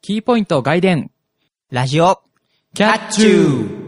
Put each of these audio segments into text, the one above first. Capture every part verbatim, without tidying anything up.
キーポイント外伝ラジオキャッチュー。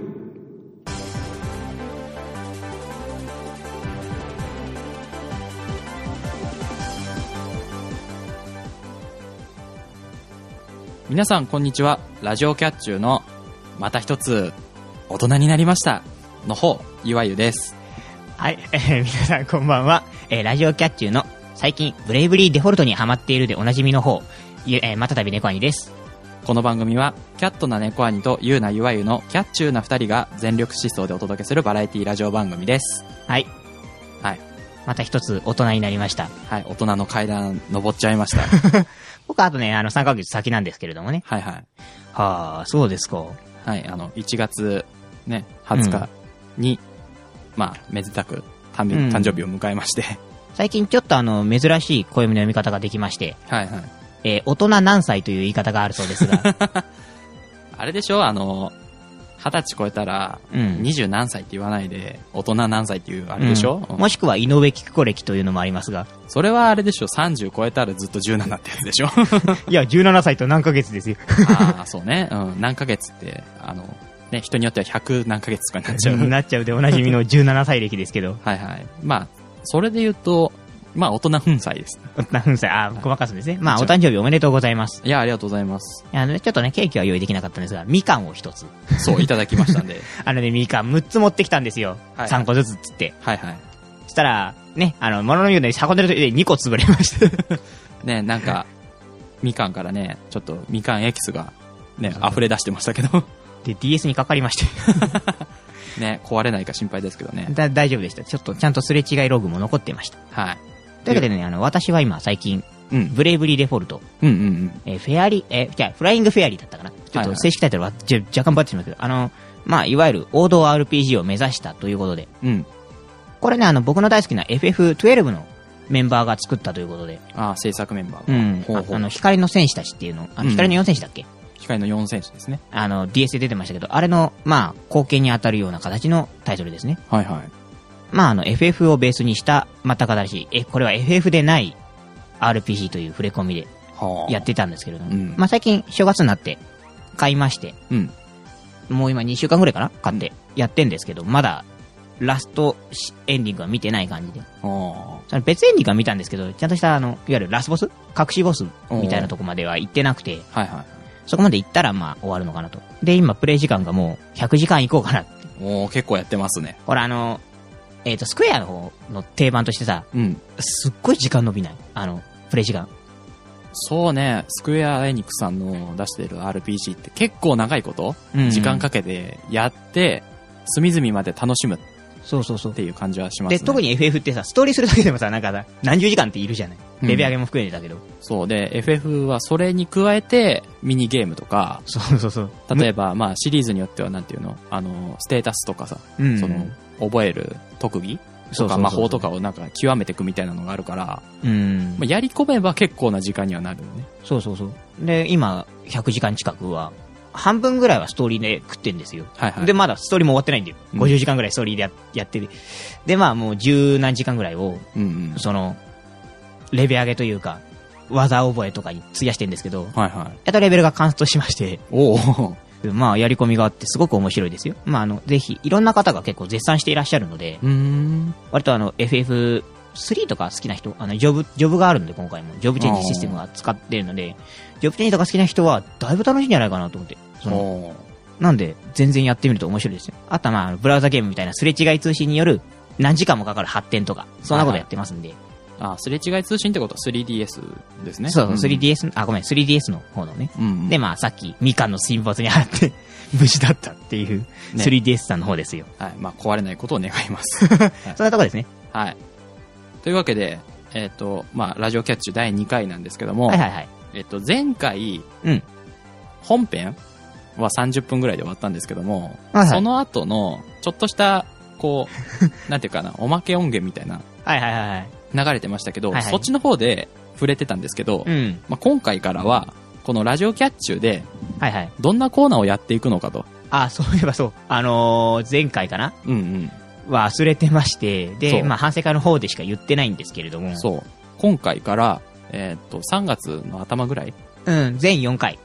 皆さんこんにちは。ラジオキャッチューのまた一つ大人になりましたの方、ゆわゆです。 はい、えー、皆さんこんばんは、えー、ラジオキャッチューの最近ブレイブリーデフォルトにハマっているでおなじみの方、えー、またたび猫兄です。 この番組はキャットな猫兄とゆうなゆわゆのキャッチューな二人が全力疾走でお届けするバラエティラジオ番組です。 はいはいまた一つ大人になりました。 はい、大人の階段登っちゃいました僕はあとね、あのさんかげつ先なんですけれどもね。 はいはい。 はあ、そうですか。 はい、あのいちがつねはつかに、うん、まあめでたく誕生、うん、誕生日を迎えまして、 最近ちょっとあの珍しい暦の読み方ができまして、 はいはい。 えー、大人何歳という言い方があるそうですがあれでしょ、あの二十歳超えたら二十何歳って言わないで大人何歳っていうあれでしょ、 うん、もしくは井上貴子歴というのもありますが、 それはあれでしょ、さんじゅう超えたらずっとじゅうななってやつでしょいやじゅうななさいと何ヶ月ですよああそうね、うん、何ヶ月ってあのね、人によってはひゃく何ヶ月とかになっちゃうなっちゃうでおなじみのじゅうななさい歴ですけどはいはい。まあそれで言うとまあ大人粉歳です。 大人粉歳、あ、ごまかすんですね。まあお誕生日おめでとうございます。 いやありがとうございます。 あの、ね、ちょっとねケーキは用意できなかったんですが、みかんを一つそういただきましたんであのね、みかんむっつ持ってきたんですよ、はいはい、さんこずつっつって、はいはい。そしたらね、あの物の言うね、運んでる時でにこ潰れましたね、なんかみかんからねちょっとみかんエキスがね溢れ出してましたけどで ディーエス にかかりましてね、壊れないか心配ですけどね。 だ大丈夫でした。ちょっとちゃんとすれ違いログも残ってました。 はい。 というわけでね、あの私は今最近、うん、ブレイブリーデフォルト、 うんうんうん、 えー、フェアリー、えー、じゃあフライングフェアリーだったかな。ちょっと正式タイトルは、はいはい、若干バッチしますけど、あのまあいわゆる王道 アールピージー を目指したということで、うん、これね、あの僕の大好きな エフエフじゅうに のメンバーが作ったということで、 ああ制作メンバー、 うん、ほうほう、あ, あの光の戦士たちっていうの、あの光のよん戦士だっけ、うん、 光のよん戦士ですね。 あの ディーエス で出てましたけど、あれのまあ後継に当たるような形のタイトルですね。 はいはい。 まああの エフエフ をベースにした全く新しい、えこれは エフエフ でない アールピージー という触れ込みでやってたんですけれども、うん、まあ最近正月になって買いまして、うん、もう今にしゅうかんぐらいかな買ってやってんですけど、まだラストエンディングは見てない感じで、その別エンディングは見たんですけど、ちゃんとしたあのいわゆるラスボス、隠しボスみたいなとこまでは行ってなくて、はいはい、そこまで行ったらまあ終わるのかなと。で今プレイ時間がもうひゃくじかんいこうかなって。 おー、結構やってますね。 これあのえっ、ー、とスクエアの方の定番としてさ、うん、すっごい時間伸びない、あのプレイ時間。 そうね、スクエアエニックスさんの出してる アールピージー って結構長いこと、うんうん、時間かけてやって隅々まで楽しむ。 そうそうそうっていう感じはしますね。 で特に エフエフ ってさ、ストーリーするだけでもさ、なんか何十時間っているじゃない、うん、レベ上げも含めてだけど。 そうで エフエフ はそれに加えてミニゲームとか、 そうそうそう、 例えばまあシリーズによってはなんていうの、あのステータスとかさ、うん、その覚える特技とか魔法とかをなんか極めていくみたいなのがあるから、うん、まあ、やり込めば結構な時間にはなるよね。 そうそうそう。で今ひゃくじかん近くは半分ぐらいはストーリーで食ってんですよ、はいはい、でまだストーリーも終わってないんだよ、うん、ごじゅうじかんぐらいストーリーで や, やってる。でまあもう十何時間ぐらいを、うんうん、そのレベ上げというか技覚えとかに費やしてるんですけど、はいはい、やっとレベルがカウントしまして、おおまあやり込みがあってすごく面白いですよ。まああのぜひいろんな方が結構絶賛していらっしゃるので、うーん、割とあの エフエフスリー とか好きな人、あのジョブジョブがあるので、今回もジョブチェンジシステムが使っているので、ジョブチェンジとか好きな人はだいぶ楽しいんじゃないかなと思って、そのなんで全然やってみると面白いですよ。あとはまあブラウザゲームみたいなすれ違い通信による何時間もかかる発展とかそんなことやってますんで、 はいはい、あすれ違い通信ってことは スリーディーエス ですね。 そうそう、うん、スリーディーエス、あごめん スリーディーエス の方のね、うんうん、でまあさっきみかんの沈没にあって無事だったっていう、ね、スリーディーエス さんの方ですよ。 はい、まあ壊れないことを願います、 はい、そんなとこですね。 はい。というわけで、えっ、ー、とまあラジオキャッチだいにかいなんですけども、 はいはいはい、 えっ、ー、と前回、うん、本編はさんじゅっぷんぐらいで終わったんですけども、はいはい、その後のちょっとしたこうなんていうかな、おまけ音源みたいなはいはいはい流れてましたけど、はいはい、そっちの方で触れてたんですけど、うん、まあ、今回からはこのラジオキャッチューでどんなコーナーをやっていくのかと。 あ、そういえばそう、あのー、前回かな、うんうん、忘れてまして、で、まあ、反省会の方でしか言ってないんですけれども、 そう今回から、えー、っとさんがつの頭ぐらい、 うん、全よんかい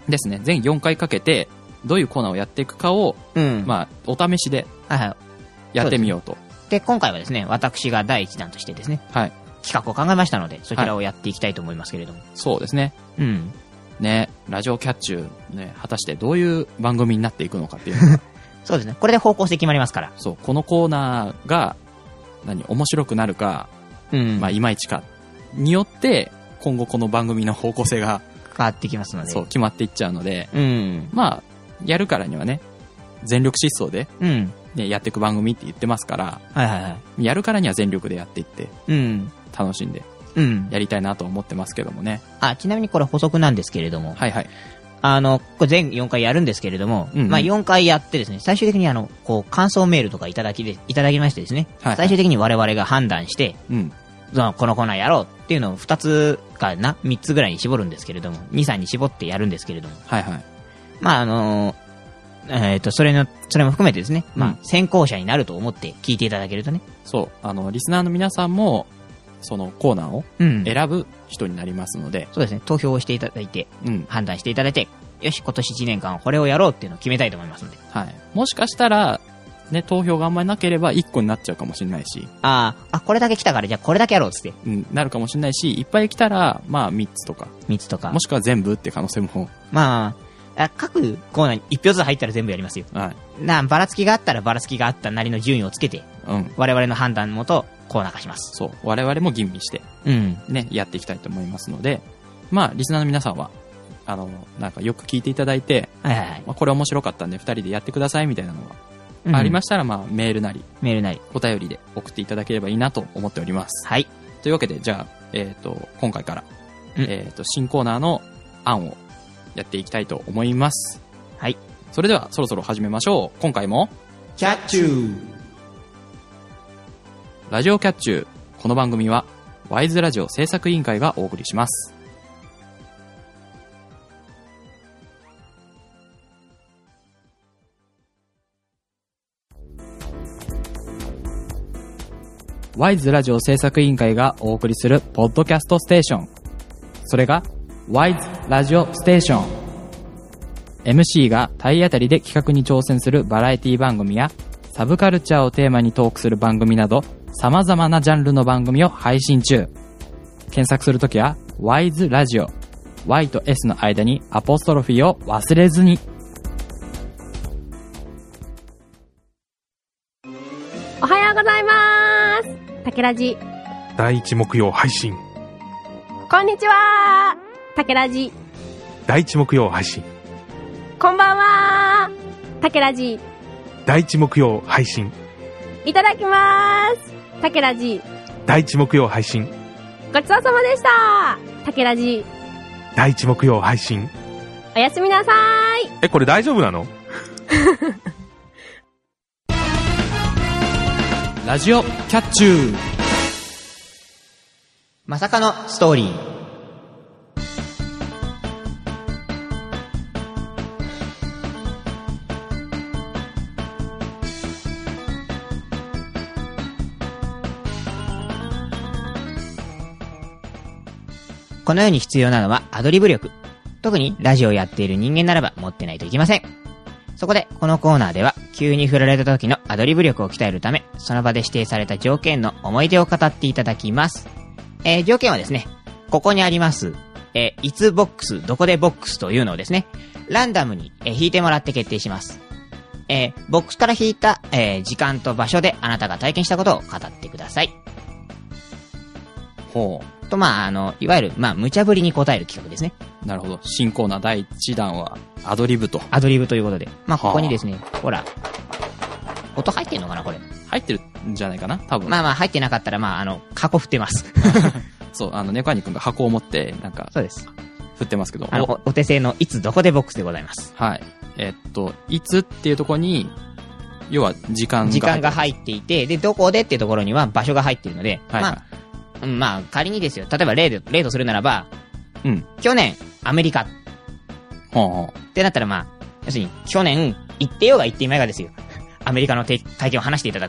ですね。全よんかいかけて、どういうコーナーをやっていくかを、うん、まあ、お試しで、やってみようと。はいはい、 で、今回はですね、私が第一弾としてですね、はい。企画を考えましたので、そちらをやっていきたいと思いますけれども。はい、 そうですね。うん。ね、ラジオキャッチュー、ね、果たしてどういう番組になっていくのかっていうのが。 そうですね。これで方向性決まりますから。 そう、このコーナーが、何、面白くなるか、うん。まあ、いまいちか、によって、今後この番組の方向性が、 変わってきますので。 そう、決まっていっちゃうので、うん。まあ、やるからにはね、全力疾走で、うん。ね、やっていく番組って言ってますから、はいはいはい。やるからには全力でやっていって、うん。楽しんで、うん。やりたいなと思ってますけどもね。 あ、ちなみにこれ補足なんですけれども、はいはい。あの、これ全よんかいやるんですけれども、うんうん、まあよんかいやってですね、最終的にあの、こう、感想メールとかいただきで、いただきましてですね、はいはい、最終的に我々が判断して、うん。このコーナーやろうっていうのをふたつかな、みっつぐらいに絞るんですけれども、に、さんに絞ってやるんですけれども。はいはい。まああのー、えっと、それの、それも含めてですね、うん、まあ先行者になると思って聞いていただけるとね。 そう、あの、リスナーの皆さんも、そのコーナーを選ぶ人になりますので。うん、 そうですね、投票をしていただいて、うん、判断していただいて、よし、今年いちねんかんこれをやろうっていうのを決めたいと思いますので。 はい。もしかしたら、ね、投票があんまりなければいっこになっちゃうかもしれないし。 ああ、あ、これだけ来たからじゃあこれだけやろうっつって。 うん、なるかもしれないし、いっぱい来たら、まあみっつとか。 みっつとか。 もしくは全部って可能性も。 まあ、あ各コーナーにいち票ずつ入ったら全部やりますよ。はい。な、ばらつきがあったらばらつきがあったなりの順位をつけて、うん。我々の判断のもと、コーナー化します。 そう。我々も吟味して、うん。ね、やっていきたいと思いますので、まあ、リスナーの皆さんは、あの、なんかよく聞いていただいて、はいはいはい。まあ、これ面白かったんでふたりでやってくださいみたいなのが、うん、ありましたら、まあ、メールなり、 メールなり、 お便りで送っていただければいいなと思っております。はい。というわけで、じゃあ、えっと、今回から、うん、えっと、新コーナーの案をやっていきたいと思います。はい。それでは、そろそろ始めましょう。今回も、 キャッチューラジオキャッチュー。この番組は、ワイズラジオ制作委員会がお送りします。ワイズラジオ制作委員会がお送りするポッドキャストステーション。それがワイズラジオステーション。エムシー が体当たりで企画に挑戦するバラエティ番組やサブカルチャーをテーマにトークする番組など様々なジャンルの番組を配信中。検索するときはワイズラジオ。Y と S の間にアポストロフィーを忘れずに。 おはようございます。タケラジ第一木曜配信。 こんにちは。タケラジ第一木曜配信。 こんばんは。タケラジ第一木曜配信。 いただきます。タケラジ第一木曜配信。 ごちそうさまでした。タケラジ第一木曜配信。 おやすみなさい。 え、これ大丈夫なの？ ラジオキャッチュー。 まさかのストーリー。このように必要なのはアドリブ力。特にラジオをやっている人間ならば持ってないといけません。そこでこのコーナーでは急に振られた時のアドリブ力を鍛えるため、その場で指定された条件の思い出を語っていただきます。えー、条件はですね、ここにあります、えー、いつボックス、どこでボックスというのをですね、ランダムに、えー、引いてもらって決定します。えー、ボックスから引いた、えー、時間と場所であなたが体験したことを語ってください。 ほう。 と、まあ、あの、いわゆる、まあ、無茶ぶりに答える企画ですね。 なるほど。新コーナーだいいちだんは、アドリブと。 アドリブということで。まあ、ここにですね、ほら、音入ってんのかな、これ。 入ってるんじゃないかな、多分。 まあまあ、入ってなかったら、まあ、あの、箱振ってます。 そう、あの、猫兄くんが箱を持って、なんか、 そうです。 振ってますけど。 あの、お、お手製のいつどこでボックスでございます。 はい。えっと、いつっていうところに、要は時間が。 時間が入っていて、で、どこでっていうところには場所が入っているので、はいはい、まあ、まあ、仮にですよ。例えば例で、例とするならば、うん。去年、アメリカ。ほうほう。ってなったらまあ、要するに、去年、行ってようが行っていまいがですよ。アメリカの体験を話していただくと。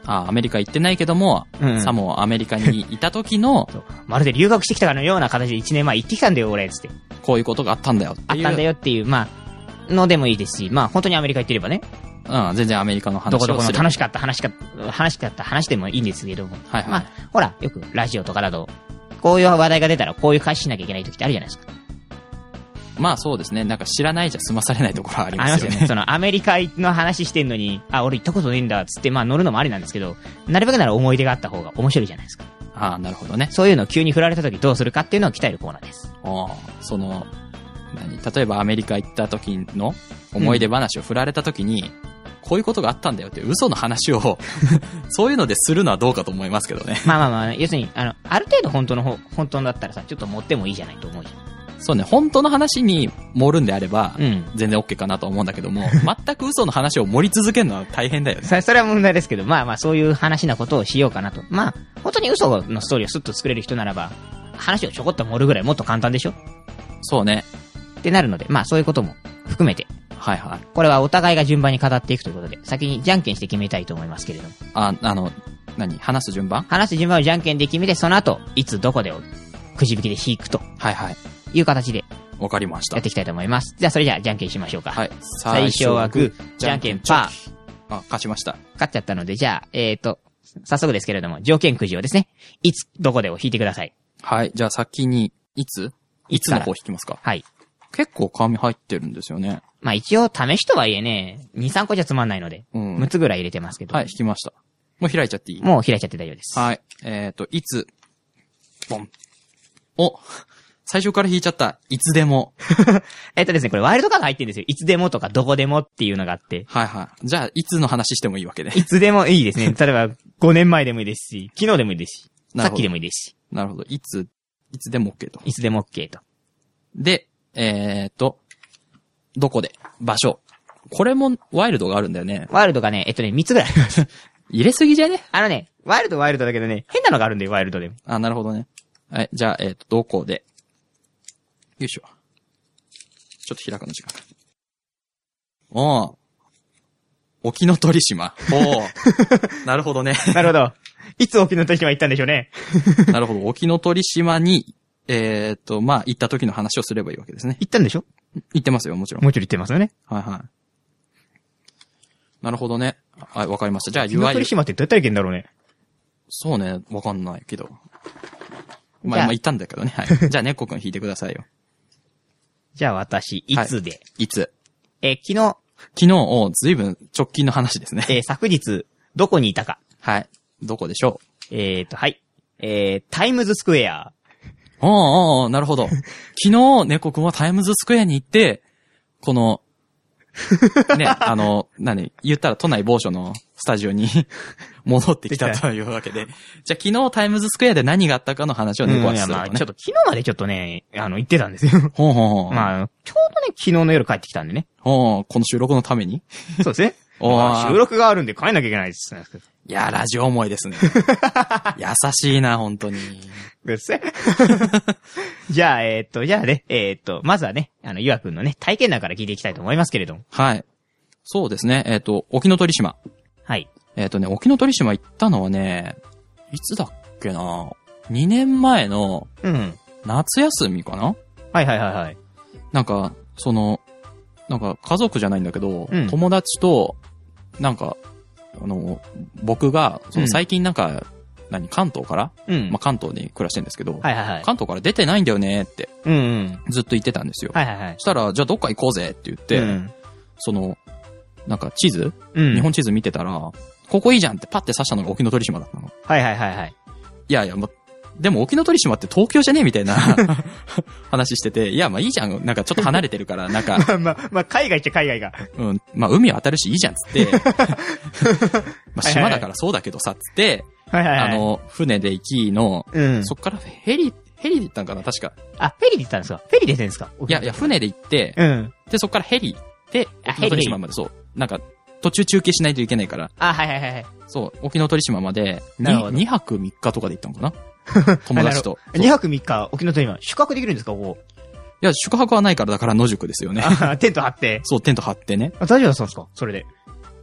あ、アメリカ行ってないけども、うん、さもアメリカにいた時のまるで留学してきたかのような形でいちねんまえ行ってきたんだよ俺つって、 こういうことがあったんだよっていうあったんだよっていうまあのでもいいですし、まあ本当にアメリカ行ってればね、 うん、全然アメリカの話をする。 どこどこの楽しかった話か、話しかった話でもいいんですけども。はいはい。まあ、ほら、よくラジオとかだと、こういう話題が出たらこういう返ししなきゃいけない時ってあるじゃないですか。 まあそうですね。なんか知らないじゃ済まされないところはありますよね。ありますよね。 そのアメリカの話してんのに、あ、俺行ったことねえんだっつって、まあ乗るのもありなんですけど、なるべくなら思い出があった方が面白いじゃないですか。 ああ、なるほどね。 そういうのを急に振られた時どうするかっていうのを鍛えるコーナーです。 ああ、その、何例えばアメリカ行った時の思い出話を振られた時に、うん、こういうことがあったんだよっていう嘘の話をそういうのでするのはどうかと思いますけどね。 まあまあまあ、要するに、あの、ある程度本当の方、本当だったらさ、ちょっと持ってもいいじゃないと思うじゃん。 そうね、本当の話に盛るんであれば、うん、全然 OK かなと思うんだけども、全く嘘の話を盛り続けるのは大変だよね。 それ、それは問題ですけど、まあまあそういう話なことをしようかなと。まあ、本当に嘘のストーリーをスッと作れる人ならば、話をちょこっと盛るぐらいもっと簡単でしょ？ そうね。 ってなるので、まあそういうことも含めて。 はいはい。 これはお互いが順番に語っていくということで、先にじゃんけんして決めたいと思いますけれども。 あ、あの、何？話す順番？ 話す順番をじゃんけんで決めて、その後、いつどこでをくじ引きで引くと。 はいはい。 いう形で。 わかりました。 やっていきたいと思います。じゃあそれじゃあじゃんけんしましょうか。 はい。 最初はグー、じゃんけんパー。 あ、勝ちました。 勝っちゃったので、じゃあ、えーと、早速ですけれども、条件くじをですね、いつ、どこでを引いてください。 はい。じゃあ先に、いついつの方引きますか？ はい。 結構紙入ってるんですよね。 まあ一応試しとはいえね、に、さんこじゃつまんないので、うん、むっつぐらい入れてますけど。 はい、引きました。もう開いちゃっていい？ もう開いちゃって大丈夫です。 はい。えーと、いつ、ボン。お、最初から引いちゃった。いつでも。 えっとですね、これワイルドカード入ってるんですよ。いつでもとかどこでもっていうのがあって。 はいはい。じゃあ、いつの話してもいいわけで。 いつでもいいですね。例えば、ごねんまえでもいいですし、昨日でもいいですし、さっきでもいいですし。 なるほど。いつ、いつでも OK と。 いつでも OK と。 で、えーと、どこで場所。これもワイルドがあるんだよね。 ワイルドがね、えっとね、みっつぐらいあります。 入れすぎじゃね？ あのね、ワイルドワイルドだけどね、変なのがあるんだよ、ワイルドでも。 あ、なるほどね。はい、じゃあ、えっと、どこで。よいしょ。ちょっと開くの時間。おー。沖ノ鳥島。おー。なるほどね。 なるほど。いつ沖ノ鳥島行ったんでしょうね。 なるほど。沖ノ鳥島に、えーっと、まあ、行った時の話をすればいいわけですね。 行ったんでしょ？ 行ってますよ、もちろん。 もちろん行ってますよね。 はいはい。なるほどね。はい、わかりました。じゃあ、 沖ノ鳥島ってどうやったら行けんだろうね。 そうね、わかんないけど。まあ、今言ったんだけどね。はい。じゃあ、猫くん引いてくださいよ。 じゃあ、私、いつで。はい、 いつ。 えー、昨日。 昨日を、ずいぶん直近の話ですね。 えー、昨日、どこにいたか。 はい。どこでしょう。えーと、はい。えー、タイムズスクエア。 おーおー、なるほど。昨日、猫くんはタイムズスクエアに行って、この、ね、あの、何、言ったら都内某所のスタジオに戻ってきたというわけで。じゃあ昨日タイムズスクエアで何があったかの話を猫はするとね。 まあ、ちょっと昨日までちょっとね、あの、言ってたんですよ。 ほうほうほう。 まあ、ちょうどね、昨日の夜帰ってきたんでね。 おこの収録のためにそうですね。まあ、収録があるんで帰んなきゃいけないですね。 いや、ラジオ思いですね。優しいな、本当に。 うっせ。じゃあ、えー、っと、じゃあね、えー、っと、まずはね、あの、ゆわくんのね、体験談から聞いていきたいと思いますけれども。 はい。そうですね、えー、っと、沖ノ鳥島。 はい。 えー、っとね、沖ノ鳥島行ったのはね、いつだっけなにねんまえの、うん。夏休みかな、 はいはいはいはい。 なんか、その、なんか家族じゃないんだけど、うん、友達と、なんか、あの、僕が、その最近なんか、うん、何、関東から、うん、まあ、関東に暮らしてるんですけど、 はいはいはい、 関東から出てないんだよねって、 うんうん、 ずっと言ってたんですよ。 はいはいはい。 そしたら、じゃあどっか行こうぜって言って、うん、その、なんか地図、うん、日本地図見てたら、ここいいじゃんってパッて刺したのが沖ノ鳥島だったの。 はいはいはいはい。 いやいや、ま、でも沖ノ鳥島って東京じゃねえみたいな話してて、いやまあいいじゃん、なんかちょっと離れてるからなんかまあまあまあ海外っちゃ海外が、 うん、まあ海は当たるしいいじゃんっつってまあ島だからそうだけどさっつって、はいはいはい、あの船で行きの、うん、そっからヘリヘリで行ったんかな確か。 あ、フェリーで行ったんですか？フェリーで行ってんですか？ いやいや船で行って、うん、でそっからヘリで沖ノ鳥島まで、そうなんか途中中継しないといけないから、 あ、はいはいはいはい、 そう沖ノ鳥島まで 2, にはくみっかとかで行ったのかな友達と。 にはくみっか、沖ノ鳥島、宿泊できるんですか、ここ。 いや、宿泊はないから、だから野宿ですよね。 あ、テント張って。 そう、テント張ってね。 あ、大丈夫だったんですかそれで。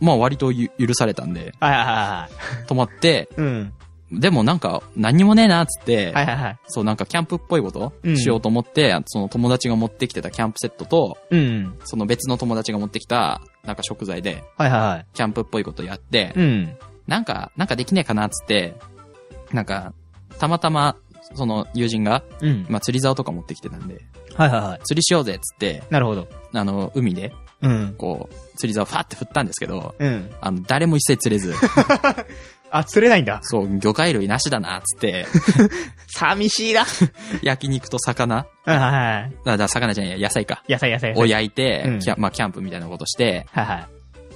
まあ割と許されたんで、 はいはいはい。 泊まって、 うん。 でもなんか何にもねえなっつって、 はいはいはい。 そうなんかキャンプっぽいことしようと思って、うん、その友達が持ってきてたキャンプセットと、うん。その別の友達が持ってきたなんか食材で、はいはいはい。キャンプっぽいことやって、うん。なんか、なんかできねえかなっつって、なんか、たまたま、その友人が、うん。まあ釣り竿とか持ってきてたんで、はいはいはい。釣りしようぜっつって、なるほど。あの、海で、うん。こう、釣り竿ファーって振ったんですけど、うん。あの、誰も一切釣れず。 あ、釣れないんだ。 そう、魚介類なしだな、つって。 寂しいな。 焼肉と魚。 はいはい。 だから魚じゃないや、野菜か。 野菜野菜。 を焼いて、うん、キャまあ、キャンプみたいなことして。はいはい。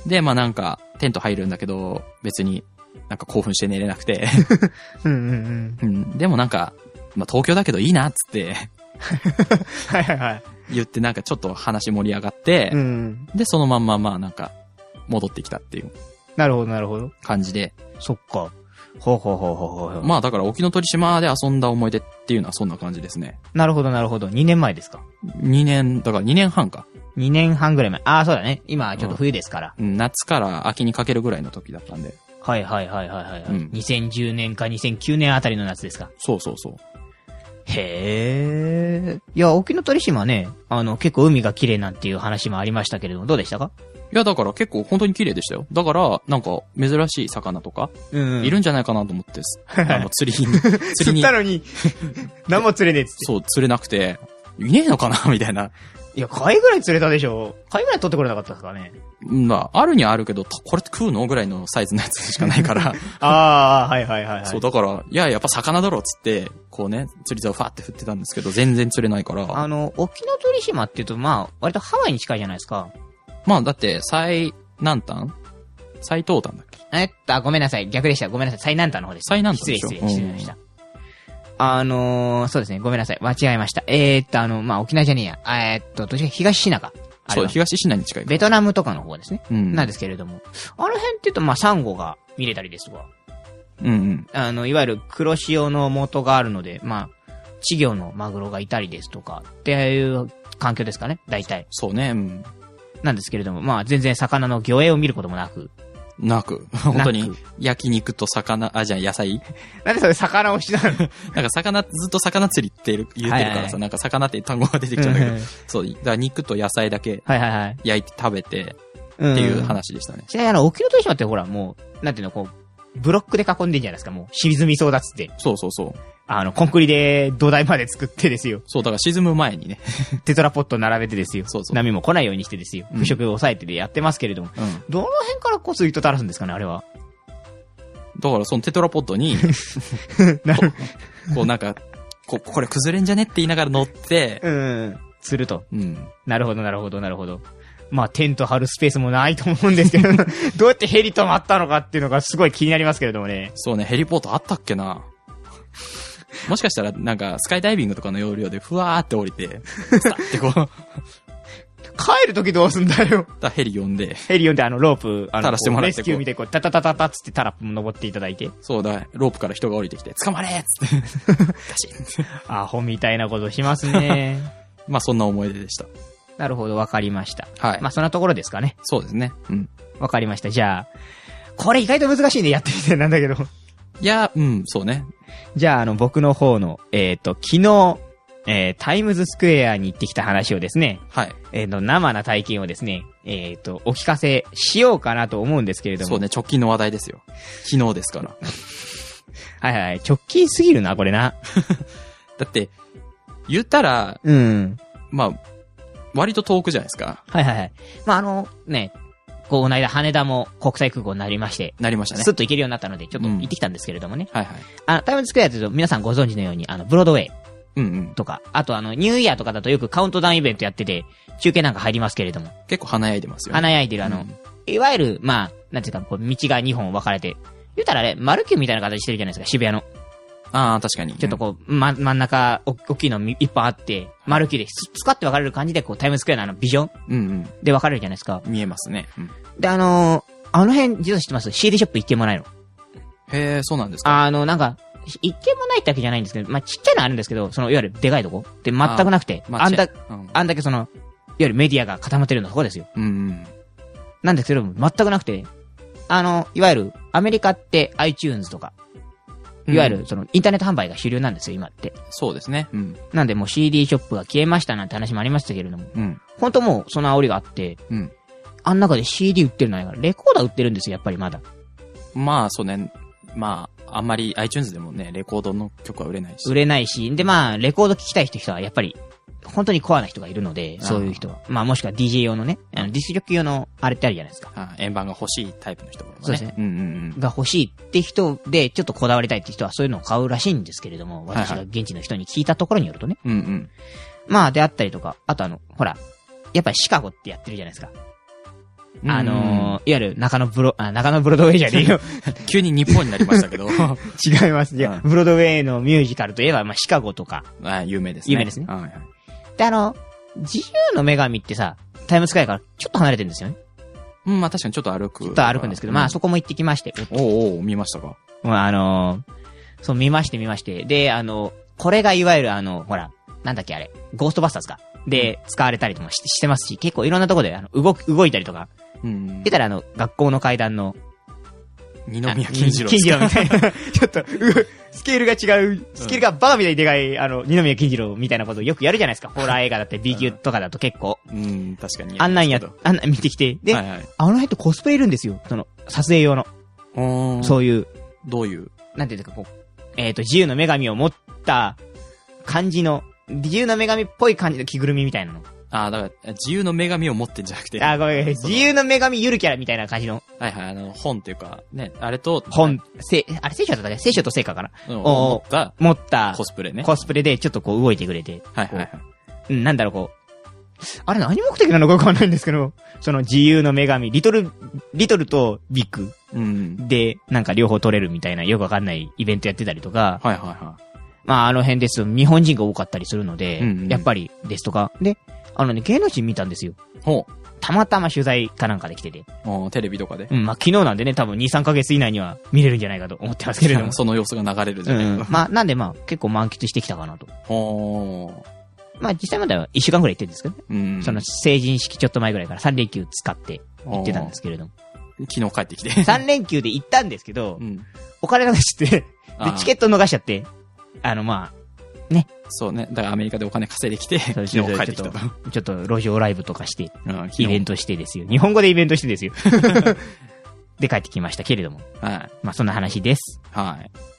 で、まあなんか、テント入るんだけど、別になんか興奮して寝れなくて。うんうんうん。うん。でもなんか、まあ東京だけどいいな、つって。はいはいはい。言ってなんかちょっと話盛り上がって、うん、で、そのまんままあなんか、戻ってきたっていう。 なるほどなるほど。 感じで。 そっか。ほうほうほうほうほうほう。 まあだから沖ノ鳥島で遊んだ思い出っていうのはそんな感じですね。 なるほどなるほど。にねんまえですか。 にねん、だからにねんはんか。 にねんはんぐらい前。ああ、そうだね。今ちょっと冬ですから、 うん。夏から秋にかけるぐらいの時だったんで。 はいはいはいはいはい。うん、にせんじゅうねんかにせんきゅうねんあたりの夏ですか。 そうそうそう。 へえ。いや、沖ノ鳥島ね、あの、結構海が綺麗なんていう話もありましたけれども、どうでしたか？ いや、だから結構本当に綺麗でしたよ。だから、なんか、珍しい魚とか、いるんじゃないかなと思って、うん、あの、釣りに、釣りに。釣ったのに、何も釣れねえっつって。 そう、釣れなくて、いねえのかなみたいな。 いや、貝ぐらい釣れたでしょ。貝ぐらい取ってこれなかったですかね。 まあ、あるにはあるけど、これって食うのぐらいのサイズのやつしかないから。 ああ、はいはいはい、はい。 そう、だから、いや、やっぱ魚だろっつって、こうね、釣り竿ファーって振ってたんですけど、全然釣れないから。 あの、沖ノ鳥島って言うと、まあ、割とハワイに近いじゃないですか。 まあ、だって、最南端最東端だっけ？ えっと、ごめんなさい。逆でした。ごめんなさい。最南端の方です。 最南端でしょ？ 失礼失礼失礼した。あのー、そうですね。ごめんなさい。間違えました。えー、っと、あの、まあ、沖縄じゃねえや。えー、っと、どっちか東シナか。 そう、東シナに近い。 ベトナムとかの方ですね。うん。なんですけれども。あの辺って言うと、まあ、サンゴが見れたりですとか。うんうん。あの、いわゆる黒潮の元があるので、まあ、稚魚のマグロがいたりですとか、っていう環境ですかね。大体。 そうね。うん。 なんですけれども、まあ、全然魚の魚影を見ることもなく。 なく。本当に、焼肉と魚、あ、じゃあ野菜なんでそれ魚をしなのなんか魚、ずっと魚釣りって言ってるからさ、はいはい、なんか魚って単語が出てきちゃうんだけど、うんうん、そう、だから肉と野菜だけ焼いて食べて、っていう話でしたね。 ちなみにあの、沖ノ鳥島ってほら、もう、なんていうの、こう、ブロックで囲んでんじゃないですか、もう、沈みそうだっつって。 そうそうそう。 あの、コンクリで土台まで作ってですよ。 そう、だから沈む前にね。 テトラポット並べてですよ。そうそう。波も来ないようにしてですよ。腐食を抑えてでやってますけれども。うん、どの辺からこうスイート垂らすんですかね、あれは。 だからそのテトラポットに、なるこ, こうなんか、こ、これ崩れんじゃねって言いながら乗って、 うん。すると。うん。なるほど、なるほど、なるほど。まあ、テント張るスペースもないと思うんですけど、どうやってヘリ止まったのかっていうのがすごい気になりますけれどもね。 そうね、ヘリポートあったっけな。もしかしたら、なんか、スカイダイビングとかの要領で、ふわーって降りて、スタってこう。 帰るときどうすんだよ。 だヘリ呼んで。 ヘリ呼んで、あの、ロープ、あの、 垂らしてもらって。 レスキュー見て、こう、タタタタタつってタラップも登っていただいて。 そうだ、ロープから人が降りてきて、捕まれーっつって。ガシッ。アホみたいなことしますね。 まあ、そんな思い出でした。 なるほど、わかりました。 はい。 まあ、そんなところですかね。 そうですね。うん。 わかりました。じゃあ、これ意外と難しいんでやってみてなんだけど。 いや、うん、そうね。 じゃあ、あの、僕の方の、えっと、昨日、えー、タイムズスクエアに行ってきた話をですね。はい。えっと、生な体験をですね、えっと、お聞かせしようかなと思うんですけれども。 そうね、直近の話題ですよ。昨日ですから。 はいはい、直近すぎるな、これな。 だって、言ったら、うん。まあ、割と遠くじゃないですか。 はいはいはい。まあ、あの、ね、こう、この間、羽田も国際空港になりまして。 なりましたね。 スッと行けるようになったので、ちょっと行ってきたんですけれどもね。 うん、はいはい。 あの、タイムズスクエアというと、皆さんご存知のように、あの、ブロードウェイ。うんうん。とか、あとあの、ニューイヤーとかだとよくカウントダウンイベントやってて、中継なんか入りますけれども。 結構華やいでますよね。 華やいでる、あの、うん、いわゆる、まあ、なんていうか、こう、道がにほん分かれて、言ったらあれ、マルキューみたいな形してるじゃないですか、渋谷の。 ああ、確かに。 ちょっとこう、ま、真ん中、お、大きいのいっぱいあって、マルキューで、スカって分かれる感じで、こう、タイムズスクエアのあの、ビジョンうんうん。で分かれるじゃないですか。 見えますね。うん。 で、あのー、あの辺、実は知ってます？ シーディー ショップ一軒もないの。 へえ、そうなんですか。 あの、なんか、一軒もないってわけじゃないんですけど、まあ、ちっちゃいのあるんですけど、その、いわゆるでかいとこって全くなくて、あ, あんだ、うん、あんだけその、いわゆるメディアが固まってるようなとこですよ。うんうん。なんですけど、全くなくて、 あの、いわゆる、アメリカって iTunes とか、いわゆる、その、インターネット販売が主流なんですよ、今って。 そうですね。うん。 なんでもう シーディー ショップが消えましたなんて話もありましたけれども。 うん。 本当もう、その煽りがあって、うん。あん中で シーディー 売ってるのないから、レコーダー売ってるんですよ、やっぱりまだ。 まあ、そうね。まあ、あんまり iTunes でもね、レコードの曲は売れないし。 売れないし、でまあ、レコード聴きたい人はやっぱり、本当にコアな人がいるので、そういう人は。まあもしくは ディージェー 用のね、あのディスジョッキ用のあれってあるじゃないですか。 ああ、円盤が欲しいタイプの人もね。 そうですね。 うんうんうん。 が欲しいって人で、ちょっとこだわりたいって人はそういうのを買うらしいんですけれども、私が現地の人に聞いたところによるとね。 うんうん。 まあ、であったりとか、あとあの、ほら、やっぱりシカゴってやってるじゃないですか。あのー、いわゆる中野ブロ、あ、中野ブロードウェイじゃねえよ。 急に日本になりましたけど。 違います。いや、ブロードウェイのミュージカルといえば、まあ、シカゴとか。 あ、有名ですね。 有名ですね。 はいはい。 で、あの、自由の女神ってさ、タイムスカイからちょっと離れてるんですよね。 うん、まあ確かにちょっと歩く。 ちょっと歩くんですけど、うん、まあそこも行ってきまして。 おうおう、見ましたか。 まああのー、そう見まして見まして。で、あの、これがいわゆるあの、ほら、なんだっけあれ、ゴーストバスターズか。で、使われたりとも し, してますし、結構いろんなところであの動く、動いたりとか。うん。出たらあの、学校の階段の、 二宮金次郎金次郎みたいな。ちょっと、スケールが違う、スケールがバカみたいにでかい、あの、二宮金次郎みたいなことをよくやるじゃないですか。ホラー映画だって B 級とかだと結構。 うん、確かに。 あんなんや、あんなん見てきて。で、はいはい、あの辺ってコスプレいるんですよ。その、撮影用の。そういう。 どういう？ なんていうんですか、こう、えっと、自由の女神を持った感じの、自由の女神っぽい感じの着ぐるみみたいなの。 ああ、だから、自由の女神を持ってんじゃなくて。 ああ、ごめん、自由の女神ゆるキャラみたいな感じの。 はいはい、あの、本っていうか、ね、あれと、 本、せ、あれ聖書だったっけ聖書と聖火かな、 うん、持った、 持った、 コスプレね。 コスプレでちょっとこう動いてくれて。 はいはいはい。 うん、なんだろう、こう。あれ何目的なのかわかんないんですけど、その自由の女神、リトル、リトルとビッグ。うん。で、なんか両方取れるみたいな、よくわかんないイベントやってたりとか。 はいはいはい。 まあ、あの辺です。日本人が多かったりするので、うんうん、やっぱりですとか。で、あのね、芸能人見たんですよ。 ほう。 たまたま取材かなんかで来てて。 おテレビとかで。 うん、まあ昨日なんでね、多分に、さんかげつ以内には見れるんじゃないかと思ってますけれども。 その様子が流れるじゃないか、うん。 まあ、なんでまあ、結構満喫してきたかなと。 ほう。まあ実際まではいっしゅうかんぐらい行ってるんですけどね。うん。その成人式ちょっと前ぐらいからさん連休使って行ってたんですけれども。 昨日帰ってきて。 さん連休で行ったんですけど、うん、お金逃して、で、チケット逃しちゃって、あのまあ、ね。 そうね。だからアメリカでお金稼いできて、昨日帰ってきたと。 ちょっと路上ライブとかして、イベントしてですよ。日本語でイベントしてですよ。で帰ってきましたけれども。はい。まあそんな話です。 はい。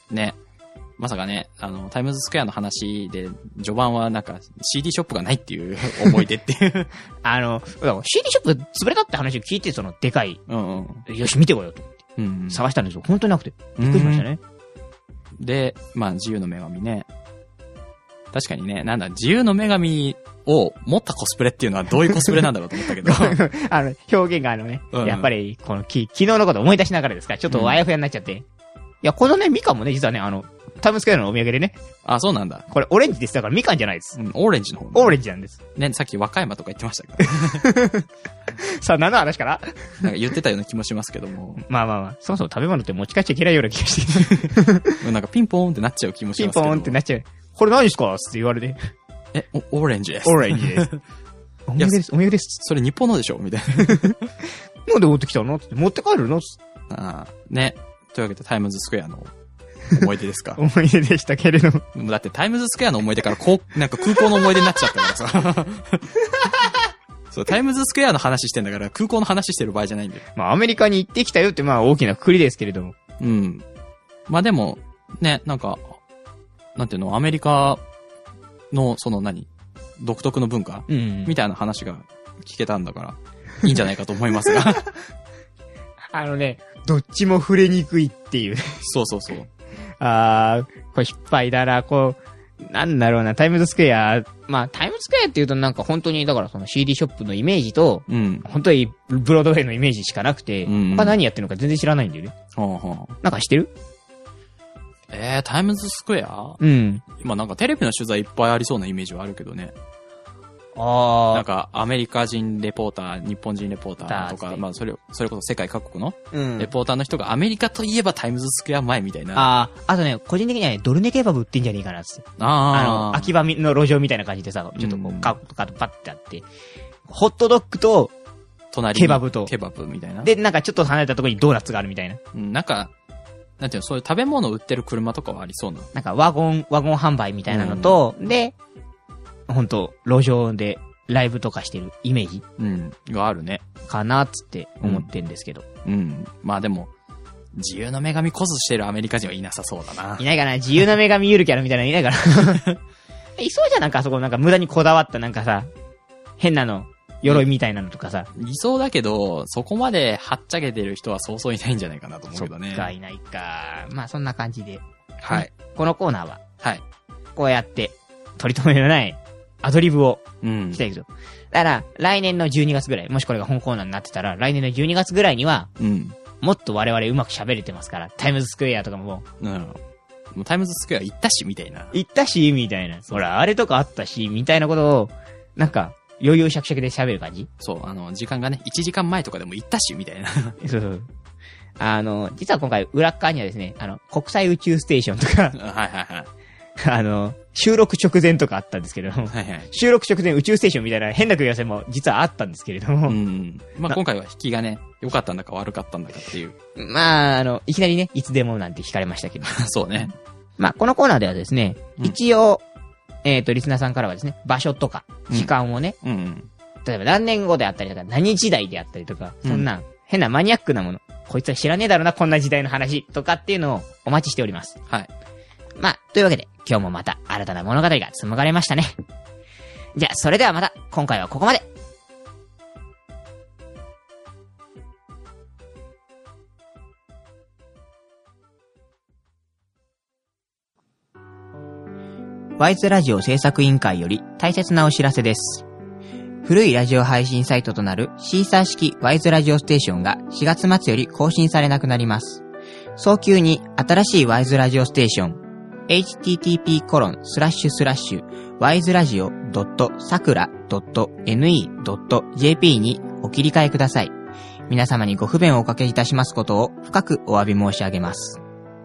ね。まさかね、あの、タイムズスクエアの話で、序盤はなんか シーディー ショップがないっていう思い出っていう。 あの、シーディー ショップ潰れたって話を聞いて、その、でかい。うんうん。よし、見てこようと思って。うん、うん。探したんですよ。本当になくて。びっくりしましたね。 で、まあ自由の女神ね。確かにね、なんだ、自由の女神を持ったコスプレっていうのはどういうコスプレなんだろうと思ったけど。 あの、表現があのね、うん、やっぱり、このき、昨日のこと思い出しながらですから、ちょっとあやふやになっちゃって。うん、いや、このね、みかんもね、実はね、あの、タイムスクエアのお土産でね。 あ、そうなんだ。 これ、オレンジです。だから、みかんじゃないです。 うん、オレンジの方。 オレンジなんです。 ね、さっき和歌山とか言ってましたけど。 さあ、何の話かななんか言ってたような気もしますけども。 まあまあまあ、そもそも食べ物って持ち帰っちゃいけないような気がして。 なんかピンポーンってなっちゃう気もしますけど。 ピンポーンってなっちゃう。これ何ですかって言われて。 え、オレンジです。 オレンジです。お土産です、お土産です。 それ日本のでしょみたいな。なんで持ってきたのって持って帰るのああ、ね。というわけでタイムズスクエアの思い出ですか思い出でしたけれども。 だってタイムズスクエアの思い出からこう、なんか空港の思い出になっちゃったからさ。そう、タイムズスクエアの話してんだから空港の話してる場合じゃないんだよ。 まあアメリカに行ってきたよってまあ大きなくくりですけれども。 うん。まあでも、ね、なんか、なんていうの、アメリカのその何独特の文化、うんうん、みたいな話が聞けたんだから、いいんじゃないかと思いますが。 あのね、どっちも触れにくいっていう。 そうそうそう。 あー、これ失敗だな、こう、なんだろうな、タイムズスクエア、まあ、タイムズスクエアって言うとなんか本当に、だからその シーディー ショップのイメージと、うん、本当にブロードウェイのイメージしかなくて、うんうん、他何やってるのか全然知らないんだよね。はあはあ、なんか知ってる？ えー、タイムズスクエア？ うん。 今なんかテレビの取材いっぱいありそうなイメージはあるけどね。 ああ。 なんかアメリカ人レポーター、日本人レポーターとか、まあそれ、それこそ世界各国のレポーターの人がアメリカといえばタイムズスクエア前みたいな。 ああ。あとね、個人的にはね、ドルネケバブ売ってんじゃねえかなって。ああ。あの、秋葉の路上みたいな感じでさ、ちょっとこう、カットカットパッてあって、ホットドッグと、 隣にケバブと。 ケバブみたいな。 で、なんかちょっと離れたところにドーナツがあるみたいな。 うん、なんか、なんていうの、そういう食べ物売ってる車とかはありそうな。 なんかワゴン、ワゴン販売みたいなのと、うん、で、ほんと、路上でライブとかしてるイメージ。 うん。があるね。 かなっつって思ってんですけど。 うん。うん、まあでも、自由の女神こそしてるアメリカ人はいなさそうだな。 いないかな、自由の女神ゆるキャラみたいなのいないかな。いそうじゃん、なんかあそこなんか無駄にこだわったなんかさ、変なの、鎧みたいなのとかさ。 いそうだけど、そこまではっちゃけてる人はそうそういないんじゃないかなと思うけどね。 そっか、いないか。まあそんな感じで。 はい。 このコーナーは、 はい。 こうやって、取り留めのないアドリブをしていくと。うん、だから、来年のじゅうにがつぐらい、もしこれが本コーナーになってたら、来年のじゅうにがつぐらいには、うん、もっと我々うまく喋れてますから、タイムズスクエアとかも。 うん。もうタイムズスクエア行ったし、みたいな。 行ったし、みたいな。ほら、あれとかあったし、みたいなことを、なんか、余裕しゃくしゃくで喋る感じ？ そう、あの、時間がね、いちじかんまえとかでも行ったし、みたいな。 そうそう。あの、実は今回、裏側にはですね、あの、国際宇宙ステーションとか、 はいはいはい。 あの、収録直前とかあったんですけれども、はいはい、収録直前宇宙ステーションみたいな変な組み合わせも実はあったんですけれども、うん、 まあ今回は引きがね、良かったんだか悪かったんだかっていう。 まあ、あの、いきなりね、いつでもなんて聞かれましたけど。 そうね。 まあ、このコーナーではですね、うん、一応、えっと、リスナーさんからはですね、場所とか、時間をね、うんうんうん、例えば何年後であったりとか、何時代であったりとか、そんな、変なマニアックなもの、こいつは知らねえだろうな、こんな時代の話とかっていうのをお待ちしております。 はい。 まあ、というわけで、今日もまた新たな物語が紡がれましたね。じゃあ、それではまた、今回はここまで。ワイズラジオ制作委員会より大切なお知らせです。古いラジオ配信サイトとなるシーサー式ワイズラジオステーションがしがつ末より更新されなくなります。早急に新しいワイズラジオステーション、エイチティーティーピーコロンスラッシュスラッシュワイズラジオドットサクラドットエヌイードットジェーピー にお切り替えください。皆様にご不便をおかけいたしますことを深くお詫び申し上げます。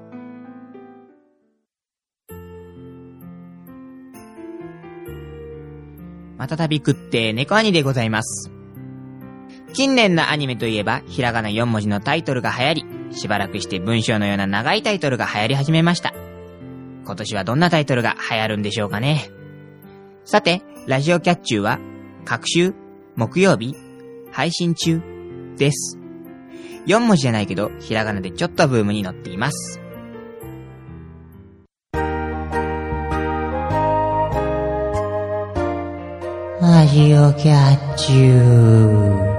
またたび食って猫兄でございます。近年のアニメといえばひらがなよん文字のタイトルが流行り、しばらくして文章のような長いタイトルが流行り始めました。今年はどんなタイトルが流行るんでしょうかね。さて、ラジオキャッチューは各週木曜日配信中です。よん文字じゃないけどひらがなでちょっとブームに乗っています。ラジオキャッチュー。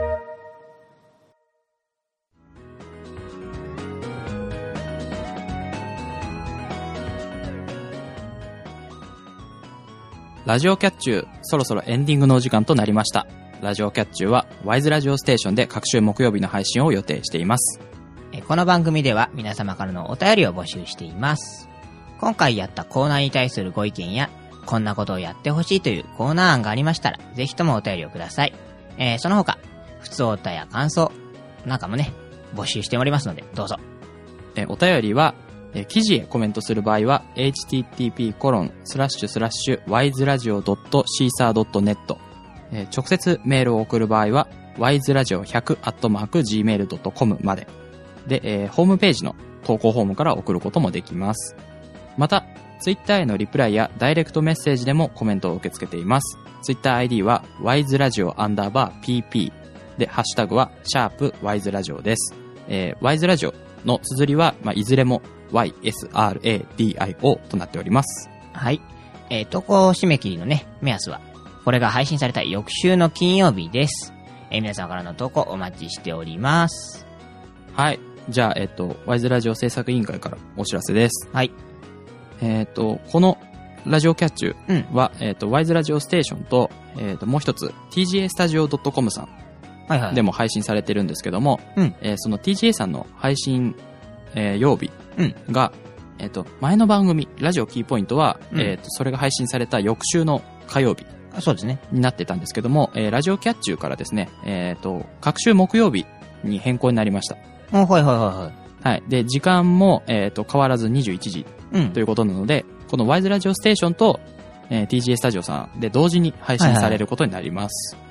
ラジオキャッチュー、そろそろエンディングのお時間となりました。ラジオキャッチューはワイズラジオステーションで各週木曜日の配信を予定しています。 この番組では皆様からのお便りを募集しています。今回やったコーナーに対するご意見や、こんなことをやってほしいというコーナー案がありましたら、ぜひともお便りをください。えー、その他、普通お便や感想なんかもね、募集しておりますので、どうぞ。 えー、お便りは、えー、記事へコメントする場合は、エイチティーティーピーコロンスラッシュスラッシュワイズラジオドットシーサードットネット、えー、直接メールを送る場合は、ワイズラジオひゃくアットマークジーメールドットコム まで。で、えー、ホームページの投稿フォームから送ることもできます。また、ツイッターへのリプライやダイレクトメッセージでもコメントを受け付けています。ツイッター アイディー は ワイズラジオ アンダーバー ピーピー で、ハッシュタグはシャープ ワイズラジオ です。えー、ワイズラジオの綴りは、まあ、いずれも ワイエスアールエーディーアイオー となっております。 はい。えー、投稿締め切りのね、目安は、これが配信された翌週の金曜日です。えー、皆様からの投稿お待ちしております。 はい。じゃあ、えっと、ワイズラジオ制作委員会からお知らせです。 はい。 えっと、このラジオキャッチューは、うん、えっと、ワイズラジオステーションと、えっと、もう一つ、ティージーエースタジオドットコム さんでも配信されてるんですけども、はいはい、えー、その ティージーエー さんの配信、えー、曜日が、うん、えっと、前の番組、ラジオキーポイントは、うん、えっと、それが配信された翌週の火曜日。 そうですね。 になってたんですけども、えー、ラジオキャッチューからですね、えっと、各週木曜日に変更になりました。 はいはいはいはい。 はい。で、時間も、えっと、変わらずにじゅういちじということなので、うん、このワイズラジオステーションと、えー、ティージーエー スタジオさんで同時に配信されることになります。はいはい、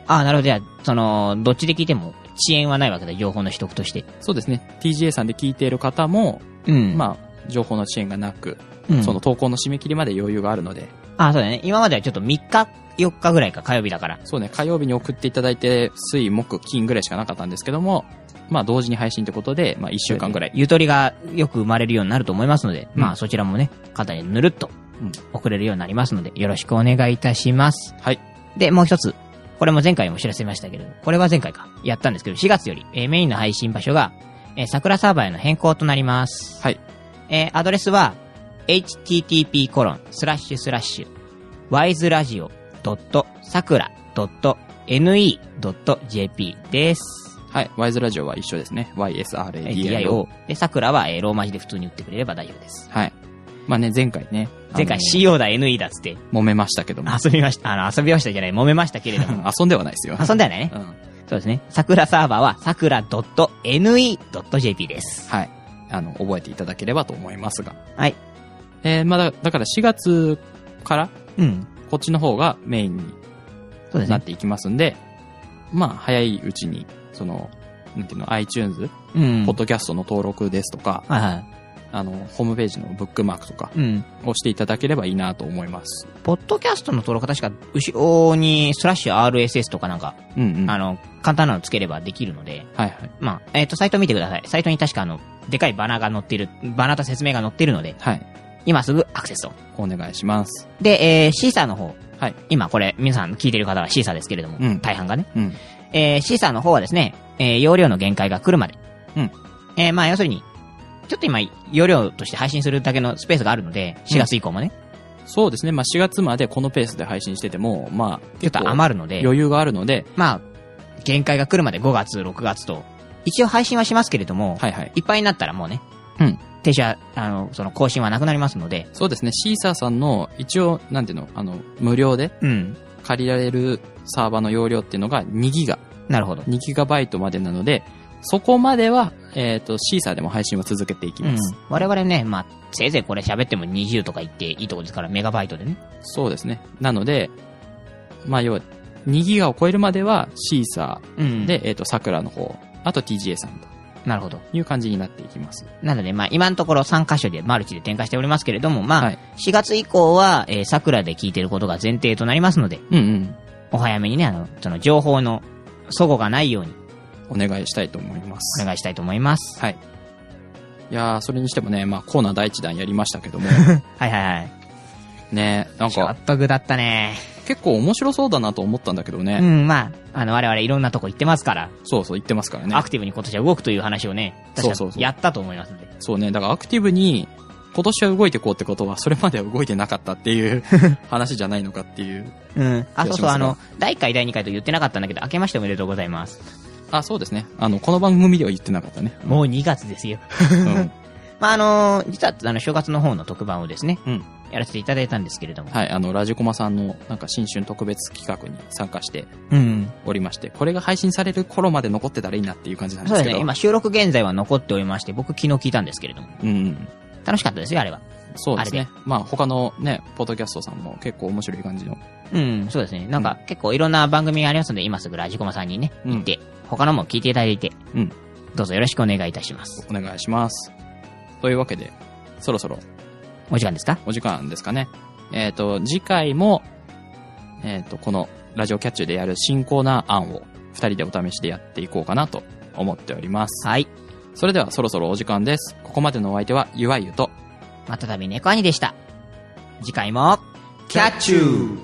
ああ、なるほど。じゃあ、その、どっちで聞いても遅延はないわけだ、情報の取得として。 そうですね。ティージェー さんで聞いている方も、うん。まあ、情報の遅延がなく、うん、その投稿の締め切りまで余裕があるので。 ああ、そうだね。今まではちょっとみっか、よっかぐらいか、火曜日だから。 そうね、火曜日に送っていただいて、水、木、金ぐらいしかなかったんですけども、まあ同時に配信ってことで、まあいっしゅうかんぐらい。 ゆとりがよく生まれるようになると思いますので、うん、まあそちらもね、肩にぬるっと送れるようになりますので、よろしくお願いいたします。 はい。 で、もう一つ。これも前回も知らせましたけれど、これは前回か。やったんですけど、しがつより、えー、メインの配信場所が、えー、桜サーバーへの変更となります。 はい。 えー、アドレスは、エイチティーティーピーコロンスラッシュスラッシュワイズラジオドットサクラドットエヌイードットジェーピー です。 はい。ワイズラジオは一緒ですね。ワイエスアールエーディーアイオー。 で、サクラは、えー、ローマ字で普通に打ってくれれば大丈夫です。 はい。まあね、前回ね。 前回 シーオー だ エヌイー だっつって。 揉めましたけども。 遊びました。あの、遊びましたじゃない、揉めましたけれども。 遊んではないですよ。 遊んではないね。うん。そうですね。桜サーバーは、サクラドットエヌイードットジェーピー です。 はい。あの、覚えていただければと思いますが。 はい。 えー、まだ、だからしがつから、 うん。 こっちの方がメインになっていきますんで、まあ、早いうちに、その、なんていうの、iTunes、うん、ポッドキャストの登録ですとか、 はいはい。 あの、ホームページのブックマークとか、をしていただければいいなと思います。 ポッドキャストの登録は確か、後ろにスラッシュ アールエスエス とかなんか、うんうん、あの、簡単なのつければできるので、 はいはい。 まあ、えっと、サイト見てください。サイトに確かあの、でかいバナーが載っている、バナーと説明が載っているので、 はい。 今すぐアクセスを。 お願いします。 で、えー、シーサーの方。 はい。 今これ、皆さん聞いてる方はシーサーですけれども、うん、大半がね。 うん。 えー、シーサーの方はですね、えー、容量の限界が来るまで。 うん。 えー、まあ、要するに、ちょっと今、容量として配信するだけのスペースがあるので、しがつ以降もね。 うん、そうですね。まあ、しがつまでこのペースで配信してても、まあ、 ちょっと余るので。 余裕があるので。 まあ、限界が来るまでごがつ、ろくがつと、一応配信はしますけれども、 はいはい。 いっぱいになったらもうね。 うん。 停止は、あの、その更新はなくなりますので。 そうですね。シーサーさんの、一応、なんていうの、あの、無料で、 うん。 借りられるサーバーの容量っていうのがにギガ。 なるほど。 にギガバイトまでなので、そこまでは、えっと、シーサーでも配信を続けていきます。 うん。我々ね、まあ、せいぜいこれ喋ってもにじゅうとか言っていいとこですから、メガバイトでね。 そうですね。なので、まあ、要は、にギガを超えるまではシーサーで、うん、えっと、桜の方、あと ティージェー さんと。 なるほど。 いう感じになっていきます。 なので、まあ、今のところさん箇所でマルチで展開しておりますけれども、まあ、はい、しがつ以降は、えー、桜で聞いてることが前提となりますので、 うんうん。 お早めにね、あの、その情報の齟齬がないように。 お願いしたいと思います。 お願いしたいと思います。 はい。いやー、それにしてもね、まあ、コーナー第一弾やりましたけども。 はいはいはい。 ねなんか。 ちょっと具だったね。 結構面白そうだなと思ったんだけどね。 うん、まあ、あの、我々いろんなとこ行ってますから。 そうそう、行ってますからね。 アクティブに今年は動くという話をね、確かやったと思いますので。 そうね、だからアクティブに、今年は動いていこうってことは、それまでは動いてなかったっていう話じゃないのかっていう。 うん。あ、そうそう、あの、だいいっかい、だいにかいと言ってなかったんだけど、明けましておめでとうございます。 あ、そうですね。あの、この番組では言ってなかったね。 もうにがつですよ。うん。まあ、あのー、実は、あの、正月の方の特番をですね、うん。やらせていただいたんですけれども。 はい、あの、ラジコマさんの、なんか、新春特別企画に参加しておりまして、うん、これが配信される頃まで残ってたらいいなっていう感じなんですけど。 そうですね、今、収録現在は残っておりまして、僕昨日聞いたんですけれども。 うん。 楽しかったですよ、あれは。 そうですね。まあ、他のね、ポッドキャストさんも結構面白い感じの。 うん、そうですね。なんか、うん、結構いろんな番組がありますので、今すぐラジコマさんにね、行って、うん、他のも聞いていただいて、うん。どうぞよろしくお願いいたします。 お願いします。というわけで、そろそろ。 お時間ですか？ お時間ですかね。えっと、次回も、えっと、このラジオキャッチュでやる新コーナー案を二人でお試しでやっていこうかなと思っております。 はい。 それではそろそろお時間です。ここまでのお相手はゆわゆと、 またたび猫兄でした。次回も、キャッチュー！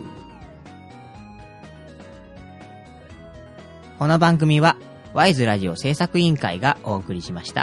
この番組は、ワイズラジオ制作委員会がお送りしました。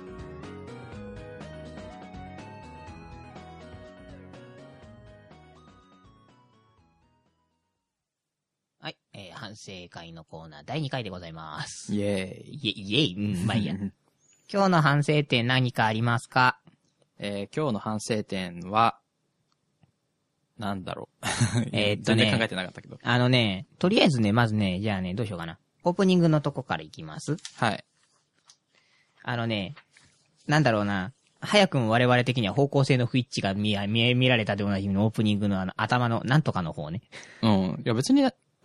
はい、えー、反省会のコーナーだいにかいでございます。 イェーイ。 イェイ、イェイ、うん、まあいいや。今日の反省点何かありますか？ えー、今日の反省点は、なんだろう。 えっとね。 全然考えてなかったけど。 あのね、とりあえずね、まずね、じゃあね、どうしようかな。オープニングのとこからいきます。 はい。 あのね、なんだろうな。早くも我々的には方向性の不一致が見、見、見られたでおなじみのオープニングのあの頭のなんとかの方ね。 うん。いや別に、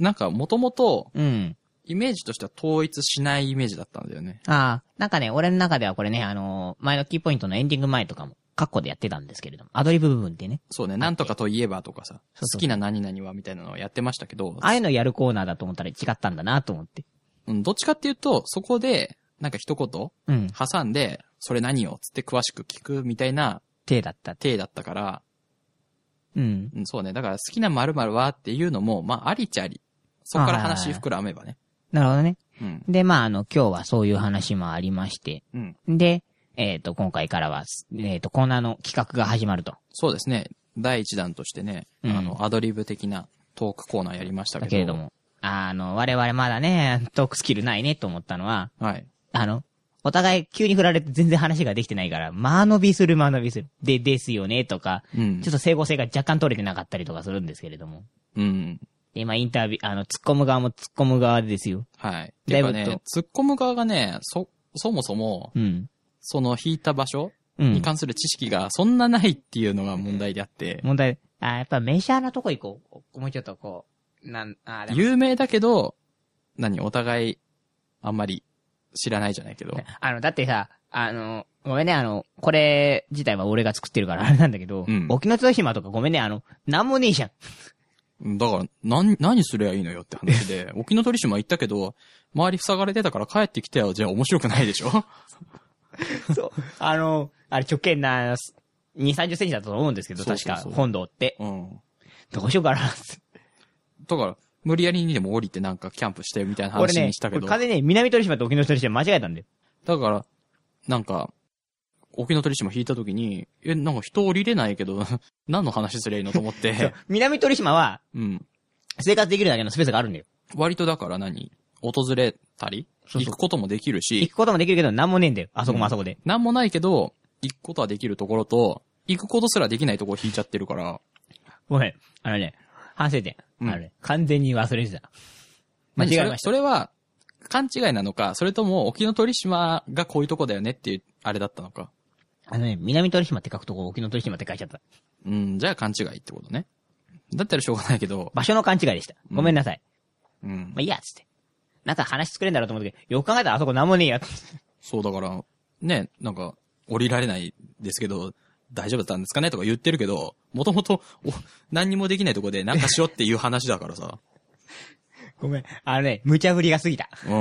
なんかもともと、うん。イメージとしては統一しないイメージだったんだよね。 ああ、なんかね、俺の中ではこれね、あのー、前のキーポイントのエンディング前とかも、カッコでやってたんですけれども、アドリブ部分ってね。 そうね、なんとかといえばとかさ、そうそう好きな何々はみたいなのをやってましたけど。 ああいうのやるコーナーだと思ったら違ったんだなと思って。 うん、どっちかっていうと、そこで、なんか一言、うん。挟んで、それ何よつって詳しく聞くみたいな、 体だった。 体だったから、 うん。 うん、そうね。だから好きな〇〇はっていうのも、まあ、ありっちゃあり。そこから話膨らめばね。 なるほどね。うん。で、まあ、あの、今日はそういう話もありまして。うん。で、えっ、ー、と、今回からは、えっ、ー、と、コーナーの企画が始まると。 そうですね。第一弾としてね、うん、あの、アドリブ的なトークコーナーやりましたけど。 だけれども、あの、我々まだね、トークスキルないねと思ったのは、 はい。 あの、お互い急に振られて全然話ができてないから、間延びする間延びする。で、ですよねとか、うん、ちょっと整合性が若干取れてなかったりとかするんですけれども。 うん。 で、今インタビュー、あの、突っ込む側も突っ込む側ですよ。 はい。だいぶね、突っ込む側がね、そ、そもそも、うん。その引いた場所に関する知識がそんなないっていうのが問題であって。 問題。あ、やっぱメジャーなとこ行こう。もうちょっとこう、なん、 あ、有名だけど、何、お互い、あんまり知らないじゃないけど。 あの、だってさ、あの、ごめんね、あの、これ自体は俺が作ってるからあれなんだけど、うん、沖ノ鳥島とかごめんね、あの、なんもねえじゃん。だから、な、何すりゃいいのよって話で、沖ノ鳥島行ったけど、周り塞がれてたから帰ってきたよ、じゃあ面白くないでしょそう。あの、あれ直径な、に、さんじゅっセンチだったと思うんですけど、そうそうそう確か、本堂って。うん。どうしようかな。 だから、無理やりにでも降りてなんかキャンプしてみたいな話にしたけど。 俺ね、風ね、南鳥島と沖ノ鳥島間違えたんだよ。 だから、なんか、沖ノ鳥島引いた時に、え、なんか人降りれないけど、何の話すりゃいいのと思って。 南鳥島は、うん。生活できるだけのスペースがあるんだよ。 割とだから何訪れたりそうそう行くこともできるし。 行くこともできるけど、なんもねえんだよ。あそこもあそこで。 うん、なんもないけど、行くことはできるところと、行くことすらできないところ引いちゃってるから。 ごめん。あのね、反省点。うん、あのね、完全に忘れてた。間違えました。 それは、勘違いなのか、それとも沖ノ鳥島がこういうとこだよねっていう、あれだったのか。 あのね、南鳥島って書くとこ沖ノ鳥島って書いちゃった。 うん、じゃあ勘違いってことね。だったらしょうがないけど。 場所の勘違いでした。ごめんなさい。うん。まあいいや、つって。なんか話作れんだろうと思ったけど、よく考えたらあそこなんもねえや。 そうだから、ね、なんか、降りられないですけど、大丈夫だったんですかねとか言ってるけど、もともと、何にもできないとこでなんかしろっていう話だからさ。 ごめん。あのね、無茶ぶりが過ぎた。 うん。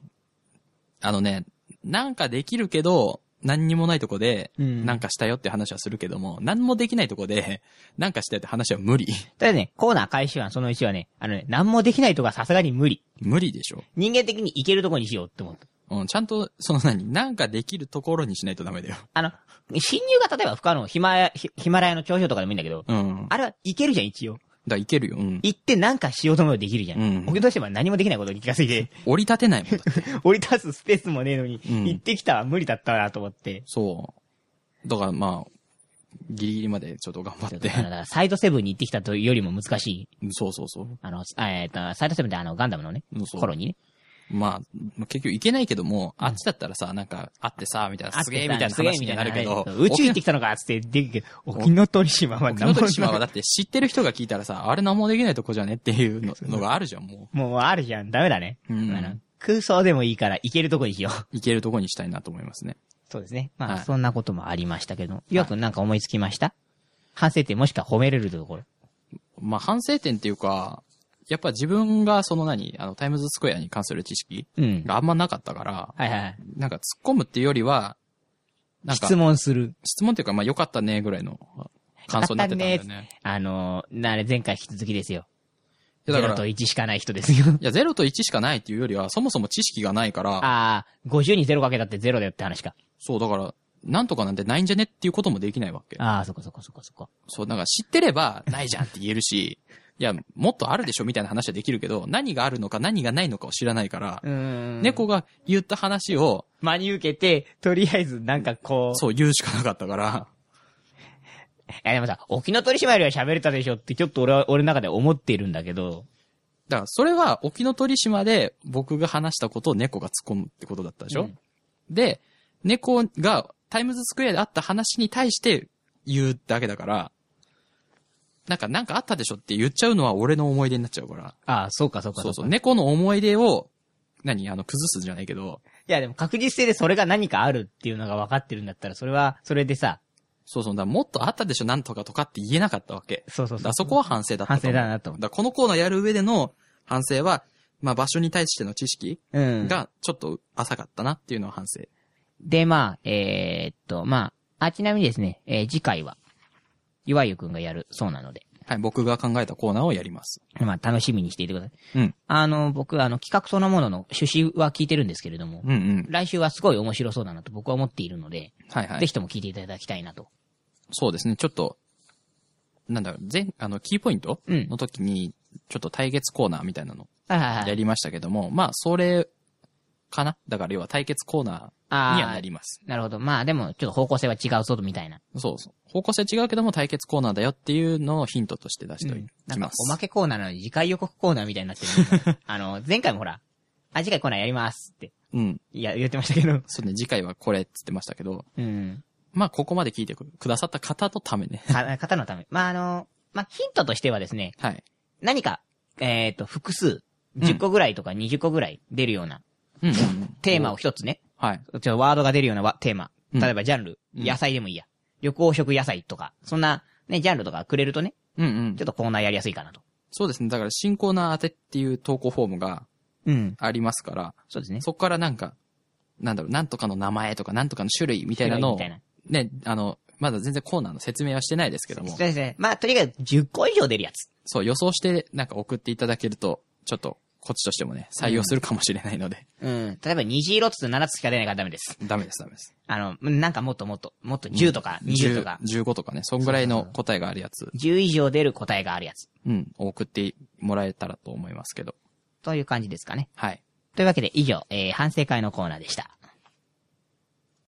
あのね、なんかできるけど、何にもないとこで、なんかしたよって話はするけども、うん、何もできないとこで、なんかしたよって話は無理。 ただね、コーナー開始案そのいちはね、あのね、何もできないとこはさすがに無理。 無理でしょ。 人間的に行けるとこにしようって思った。 うん、ちゃんと、その何、なんかできるところにしないとダメだよ。 あの、侵入が例えば不可能、ヒマラヤ、ヒマラヤの頂上とかでもいいんだけど、うん。あれは行けるじゃん、一応。 だ行けるよ。うん。 行ってなんかしようと思えばできるじゃん。うん。沖としては何もできないことに気がついて。 降り立てないもん。 降り立つスペースもねえのに、うん、行ってきたら無理だったなと思って。 そう。だからまあ、ギリギリまでちょっと頑張って。だからサイドセブンに行ってきたというよりも難しい。 そうそうそう。 あの、えっと、サイドセブンってあのガンダムのね、頃にね。 まあ、結局行けないけども、あっちだったらさ、なんか、会ってさ、みたいな、すげえみたいな話になるけど、 宇宙行ってきたのかつってできるけど、沖ノ鳥島は沖ノ鳥島はだって知ってる人が聞いたらさ、あれ何もできないとこじゃねっていうののがあるじゃん、もう。もうあるじゃん、ダメだね。うん。空想でもいいから行けるとこにしよう。 行けるとこにしたいなと思いますね。 そうですね。まあ、そんなこともありましたけど、よくなんか思いつきました？反省点もしくは褒めれるところ。 まあ、反省点っていうか、やっぱ自分がその何、あの、タイムズスクエアに関する知識があんまなかったから、 うん、はいはい。 なんか突っ込むっていうよりは、 なんか質問する。 質問っていうか、まあ良かったねぐらいの感想になってたんだよね。 あのー、なれ前回引き続きですよ。ゼロといちしかない人ですよ。 いや、ゼロといちしかないっていうよりは、そもそも知識がないから。 ああ、ごじゅうにゼロかけたってゼロだよって話か。 そう、だから、なんとかなんてないんじゃねっていうこともできないわけ。 ああ、そこそこそこそこ。 そう、なんか知ってれば、ないじゃんって言えるし、いや、もっとあるでしょみたいな話はできるけど、何があるのか何がないのかを知らないから、猫が言った話を真に受けて、とりあえずなんかこう。 そう、言うしかなかったから。 いやでもさ、沖ノ鳥島よりは喋れたでしょってちょっと俺は、俺の中で思っているんだけど。 だから、それは沖ノ鳥島で僕が話したことを猫が突っ込むってことだったでしょ、うん、で、猫がタイムズスクエアであった話に対して言うだけだから、だなんか、なんかあったでしょって言っちゃうのは俺の思い出になっちゃうから。 ああ、そうかそうかそうそう。猫の思い出を、何あの、崩すじゃないけど。 いや、でも確実性でそれが何かあるっていうのが分かってるんだったら、それは、それでさ。 そうそう。だもっとあったでしょなんとかとかって言えなかったわけ。 そうそうそう。 だそこは反省だったと思う。 反省だなと思う。 だこのコーナーやる上での反省は、まあ場所に対しての知識がちょっと浅かったなっていうのは反省。 うん、で、まあ、えー、っと、まあ、あ、ちなみにですね、えー、次回は、岩井くんがやるそうなので。 はい、僕が考えたコーナーをやります。 まあ、楽しみにしていてください。 うん。 あの、僕、あの、企画そのものの趣旨は聞いてるんですけれども、 うんうん。 来週はすごい面白そうだなと僕は思っているので、 はいはい。 ぜひとも聞いていただきたいなと。 そうですね、ちょっと、なんだろう、前、あの、キーポイントうんの時に、ちょっと対決コーナーみたいなの、 はいはいはい。 やりましたけども、まあ、それ、かなだから要は対決コーナーにはなります。 なるほど。まあでも、ちょっと方向性は違うそうみたいな。 そうそう。方向性違うけども対決コーナーだよっていうのをヒントとして出しておきます。うん、 なんかおまけコーナーなのに次回予告コーナーみたいになってる。あの、前回もほら、あ、次回コーナーやりますって。 うん。 いや、言ってましたけど。 そうね、次回はこれって言ってましたけど。 うん。 まあ、ここまで聞いてくださった方のためね。 方のため。まあ、あの、まあ、ヒントとしてはですね。 はい。 何か、えっと、複数、じゅっこぐらいとかにじゅっこぐらい出るような。 うんうんうん、 テーマを一つね。 はい。 ちょっとワードが出るようなテーマ。例えばジャンル、うん、野菜でもいいや。旅行食野菜とか、そんな、ね、ジャンルとかくれるとね。 うんうん。 ちょっとコーナーやりやすいかなと。 そうですね。だから新コーナー当てっていう投稿フォームが、うん。ありますから。 そうですね。 そこからなんか、なんだろう、なんとかの名前とか、なんとかの種類みたいなのを、ね、あの、まだ全然コーナーの説明はしてないですけども。 そうですね。まあ、とにかくじゅっこ以上出るやつ。 そう、予想してなんか送っていただけると、ちょっと、こっちとしてもね、採用するかもしれないので。 うん。うん、例えば虹色つななつしか出ないからダメです。 ダメです、ダメです。 あの、なんかもっともっと、もっとじゅうとかにじゅうとか。 じゅうごとかね、そんぐらいの答えがあるやつ。 じゅう以上出る答えがあるやつ。 うん。送ってもらえたらと思いますけど。 という感じですかね。 はい。 というわけで以上、えー、反省会のコーナーでした。